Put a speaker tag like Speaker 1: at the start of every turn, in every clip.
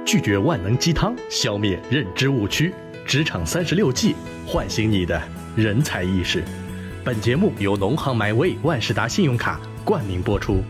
Speaker 1: 拒绝万能鸡汤，消灭认知误区，职场36计，唤醒你的人才意识。本节目由农行MyWay 万事达信用卡冠名播出。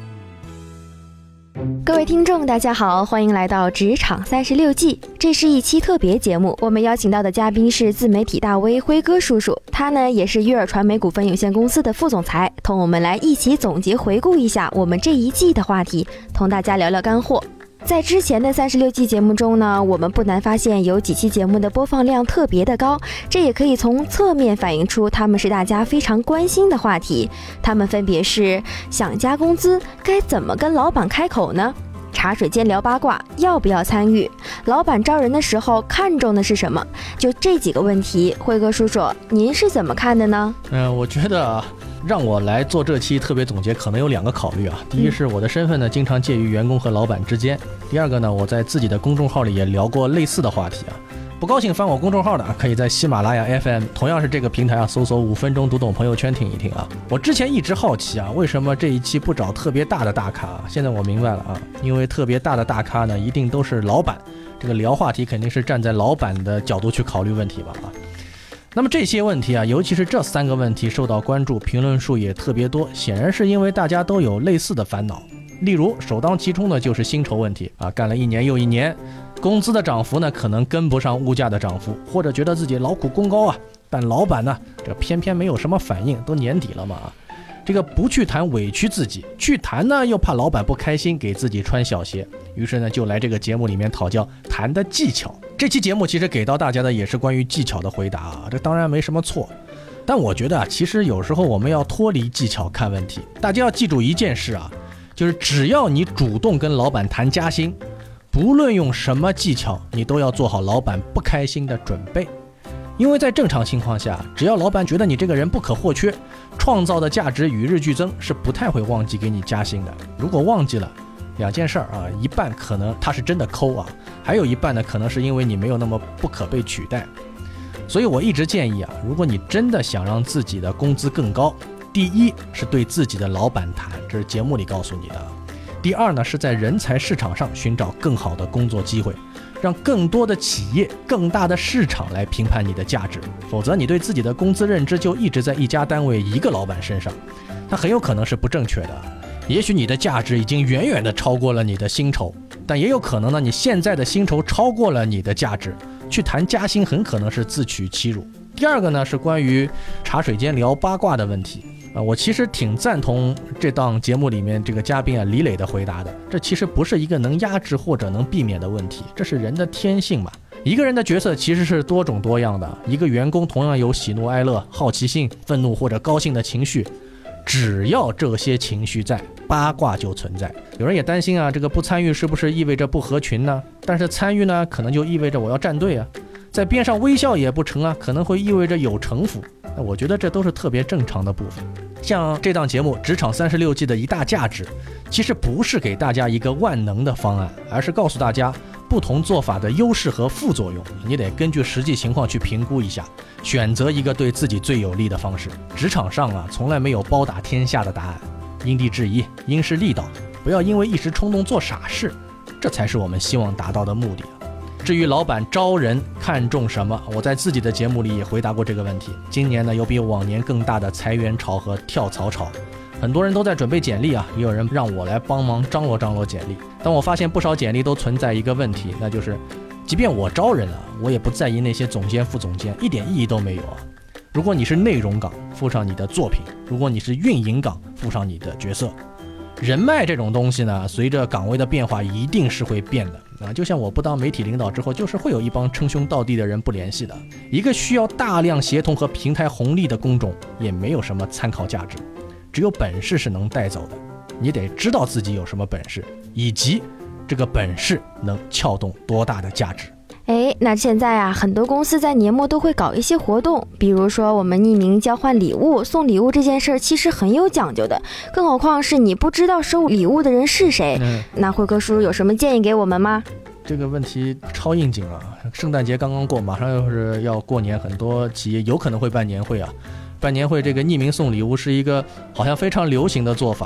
Speaker 2: 各位听众大家好，欢迎来到职场36计，这是一期特别节目。我们邀请到的嘉宾是自媒体大 V 辉哥叔叔，他呢也是悦耳传媒股份有限公司的副总裁，同我们来一起总结回顾一下我们这一季的话题，同大家聊聊干货。在之前的36期节目中呢，我们不难发现有几期节目的播放量特别的高，这也可以从侧面反映出他们是大家非常关心的话题。他们分别是想加工资该怎么跟老板开口呢？茶水间聊八卦要不要参与？老板招人的时候看重的是什么？就这几个问题，辉哥叔叔您是怎么看的呢？
Speaker 3: 我觉得让我来做这期特别总结可能有2个考虑啊。第一是我的身份呢经常介于员工和老板之间，第二个呢我在自己的公众号里也聊过类似的话题啊。不高兴翻我公众号的可以在喜马拉雅 FM 同样是这个平台搜索5分钟读懂朋友圈听一听啊。我之前一直好奇为什么这一期不找特别大的大咖现在我明白了因为特别大的大咖呢一定都是老板，这个聊话题肯定是站在老板的角度去考虑问题吧那么这些问题尤其是这3个问题受到关注，评论数也特别多，显然是因为大家都有类似的烦恼。例如首当其冲的就是薪酬问题干了1年又1年，工资的涨幅呢可能跟不上物价的涨幅，或者觉得自己劳苦功高但老板呢这偏偏没有什么反应，都年底了嘛这个不去谈委屈自己，去谈呢又怕老板不开心给自己穿小鞋，于是呢就来这个节目里面讨教谈的技巧。这期节目其实给到大家的也是关于技巧的回答这当然没什么错，但我觉得其实有时候我们要脱离技巧看问题。大家要记住一件事就是只要你主动跟老板谈加薪，不论用什么技巧，你都要做好老板不开心的准备。因为在正常情况下，只要老板觉得你这个人不可或缺，创造的价值与日俱增，是不太会忘记给你加薪的。如果忘记了，2件事一半可能他是真的抠还有一半呢可能是因为你没有那么不可被取代。所以我一直建议如果你真的想让自己的工资更高，第一是对自己的老板谈，这是节目里告诉你的。第二呢是在人才市场上寻找更好的工作机会，让更多的企业、更大的市场来评判你的价值。否则你对自己的工资认知就一直在一家单位一个老板身上，它很有可能是不正确的。也许你的价值已经远远的超过了你的薪酬，但也有可能呢你现在的薪酬超过了你的价值，去谈加薪很可能是自取其辱。第二个呢是关于茶水间聊八卦的问题我其实挺赞同这档节目里面这个嘉宾李磊的回答的。这其实不是一个能压制或者能避免的问题，这是人的天性嘛。一个人的角色其实是多种多样的，一个员工同样有喜怒哀乐、好奇心、愤怒或者高兴的情绪，只要这些情绪在，八卦就存在。有人也担心这个不参与是不是意味着不合群呢？但是参与呢可能就意味着我要站队在边上微笑也不成可能会意味着有城府。那我觉得这都是特别正常的部分。像这档节目职场36计的一大价值，其实不是给大家一个万能的方案，而是告诉大家不同做法的优势和副作用，你得根据实际情况去评估一下，选择一个对自己最有利的方式。职场上从来没有包打天下的答案，因地制宜，因势利导，不要因为一时冲动做傻事，这才是我们希望达到的目的至于老板招人看重什么，我在自己的节目里也回答过这个问题。今年呢有比往年更大的裁员潮和跳槽潮，很多人都在准备简历也有人让我来帮忙张罗张罗简历。但我发现不少简历都存在一个问题，那就是即便我招人了，我也不在意那些总监副总监，一点意义都没有如果你是内容岗，附上你的作品；如果你是运营岗，附上你的角色。人脉这种东西呢，随着岗位的变化一定是会变的就像我不当媒体领导之后，就是会有一帮称兄道弟的人不联系的。一个需要大量协同和平台红利的工种，也没有什么参考价值，只有本事是能带走的。你得知道自己有什么本事，以及这个本事能撬动多大的价值。
Speaker 2: 那现在很多公司在年末都会搞一些活动，比如说我们匿名交换礼物、送礼物这件事其实很有讲究的，更何况是你不知道收礼物的人是谁。那辉哥叔有什么建议给我们吗？
Speaker 3: 这个问题超应景圣诞节刚刚过，马上又是要过年，很多企业有可能会办年会办年会，这个匿名送礼物是一个好像非常流行的做法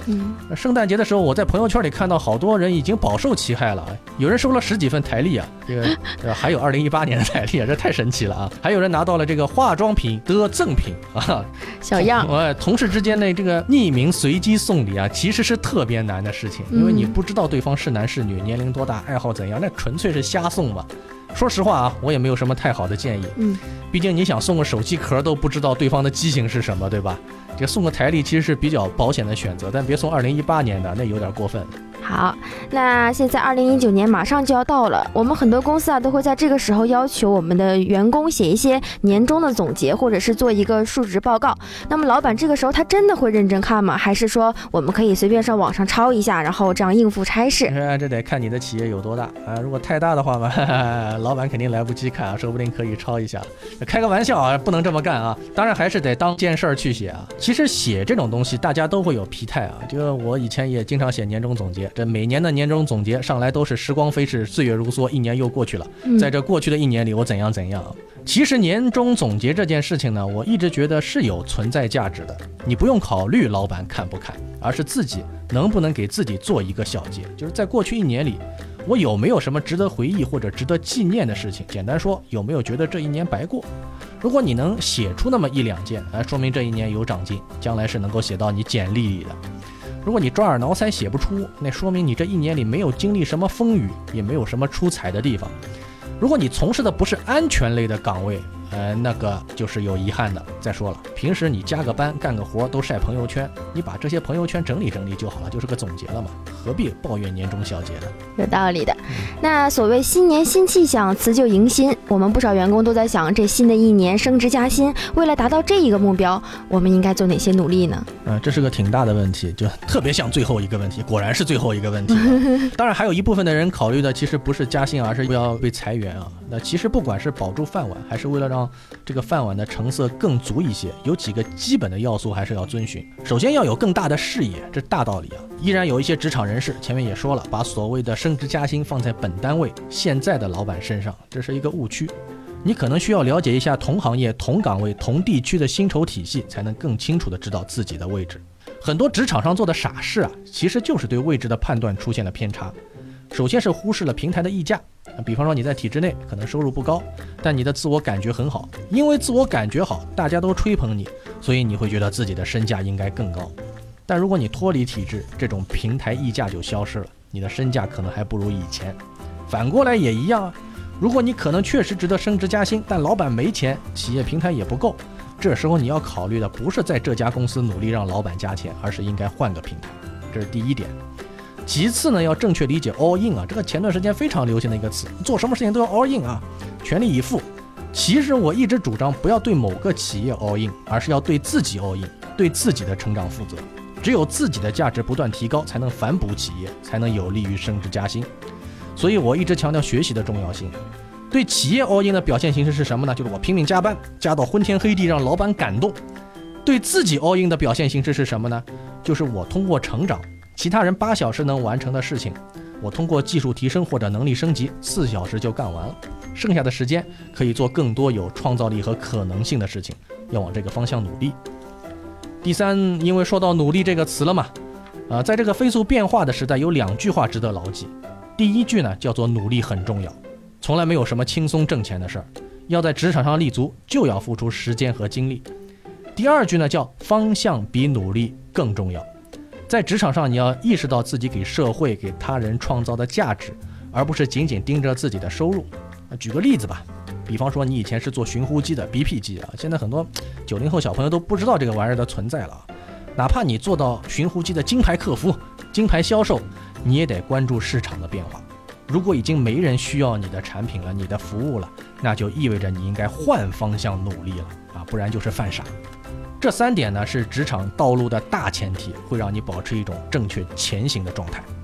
Speaker 3: 圣诞节的时候，我在朋友圈里看到好多人已经饱受其害了，有人收了10几份台历啊，这个还有2018年的台历啊，这太神奇了啊！还有人拿到了这个化妆品的赠品啊，
Speaker 2: 小样。
Speaker 3: 同事之间的这个匿名随机送礼啊，其实是特别难的事情，因为你不知道对方是男是女，年龄多大，爱好怎样，那纯粹是瞎送吧。说实话啊，我也没有什么太好的建议。毕竟你想送个手机壳都不知道对方的机型是什么，对吧？这送个台历其实是比较保险的选择，但别送2018年的，那有点过分。
Speaker 2: 好，那现在2019年马上就要到了，我们很多公司啊都会在这个时候要求我们的员工写一些年终的总结，或者是做一个述职报告。那么老板这个时候他真的会认真看吗？还是说我们可以随便上网上抄一下，然后这样应付差事？
Speaker 3: 这得看你的企业有多大啊！如果太大的话嘛，老板肯定来不及看啊，说不定可以抄一下。开个玩笑啊，不能这么干啊！当然还是得当件事儿去写啊。其实写这种东西大家都会有疲态啊，这个我以前也经常写年终总结，这每年的年终总结上来都是时光飞逝，岁月如梭，一年又过去了。在这过去的一年里，我怎样怎样。其实年终总结这件事情呢，我一直觉得是有存在价值的。你不用考虑老板看不看，而是自己能不能给自己做一个小结，就是在过去一年里，我有没有什么值得回忆或者值得纪念的事情？简单说，有没有觉得这一年白过？如果你能写出那么1、2件，说明这一年有长进，将来是能够写到你简历里的。如果你抓耳挠腮写不出，那说明你这一年里没有经历什么风雨，也没有什么出彩的地方。如果你从事的不是安全类的岗位，那个就是有遗憾的。再说了，平时你加个班干个活都晒朋友圈，你把这些朋友圈整理整理就好了，就是个总结了嘛，何必抱怨年终小结呢？
Speaker 2: 有道理的。那所谓新年新气象，辞旧迎新，我们不少员工都在想，这新的一年升职加薪，为了达到这一个目标，我们应该做哪些努力呢？
Speaker 3: 这是个挺大的问题，就特别像最后一个问题，果然是最后一个问题。当然还有一部分的人考虑的其实不是加薪，而是不要被裁员啊。那其实不管是保住饭碗，还是为了让这个饭碗的成色更足一些，有几个基本的要素还是要遵循。首先要有更大的视野，这大道理啊。依然有一些职场人士，前面也说了，把所谓的升职加薪放在本单位现在的老板身上，这是一个误区。你可能需要了解一下同行业、同岗位、同地区的薪酬体系，才能更清楚地知道自己的位置。很多职场上做的傻事啊，其实就是对位置的判断出现了偏差。首先是忽视了平台的溢价，比方说你在体制内可能收入不高，但你的自我感觉很好，因为自我感觉好，大家都吹捧你，所以你会觉得自己的身价应该更高。但如果你脱离体制，这种平台溢价就消失了，你的身价可能还不如以前。反过来也一样啊，如果你可能确实值得升职加薪，但老板没钱，企业平台也不够，这时候你要考虑的不是在这家公司努力让老板加钱，而是应该换个平台，这是第一点。其次呢，要正确理解 all in 啊，这个前段时间非常流行的一个词，做什么事情都要 all in 啊，全力以赴。其实我一直主张不要对某个企业 all in， 而是要对自己 all in， 对自己的成长负责。只有自己的价值不断提高，才能反哺企业，才能有利于升职加薪。所以我一直强调学习的重要性。对企业 all in 的表现形式是什么呢？就是我拼命加班，加到昏天黑地，让老板感动。对自己 all in 的表现形式是什么呢？就是我通过成长，其他人8小时能完成的事情，我通过技术提升或者能力升级，4小时就干完了，剩下的时间可以做更多有创造力和可能性的事情，要往这个方向努力。第三，因为说到努力这个词了嘛，在这个飞速变化的时代，有2句话值得牢记。第一句呢，叫做努力很重要，从来没有什么轻松挣钱的事儿，要在职场上立足，就要付出时间和精力。第二句呢，叫方向比努力更重要，在职场上你要意识到自己给社会、给他人创造的价值，而不是仅仅盯着自己的收入。举个例子吧，比方说你以前是做寻呼机的 BP 机啊，现在很多90后小朋友都不知道这个玩意儿的存在了。哪怕你做到寻呼机的金牌客服、金牌销售，你也得关注市场的变化。如果已经没人需要你的产品了、你的服务了，那就意味着你应该换方向努力了啊，不然就是犯傻。这3点呢，是职场道路的大前提，会让你保持一种正确前行的状态。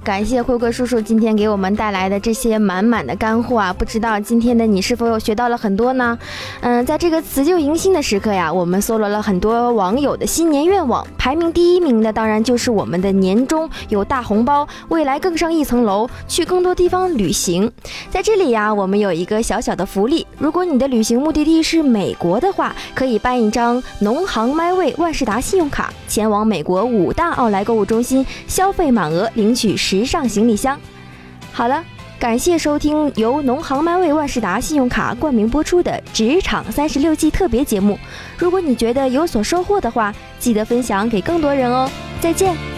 Speaker 2: 感谢辉哥叔叔今天给我们带来的这些满满的干货啊！不知道今天的你是否有学到了很多呢？在这个辞旧迎新的时刻呀，我们搜罗了很多网友的新年愿望，排名第一名的当然就是我们的年终有大红包，未来更上一层楼，去更多地方旅行。在这里呀，我们有一个小小的福利，如果你的旅行目的地是美国的话，可以办一张农行 MyWay 万事达信用卡，前往美国5大奥莱购物中心，消费满额领取时尚行李箱。好了，感谢收听由农行 MyWay 万事达信用卡冠名播出的职场36季特别节目。如果你觉得有所收获的话，记得分享给更多人哦。再见。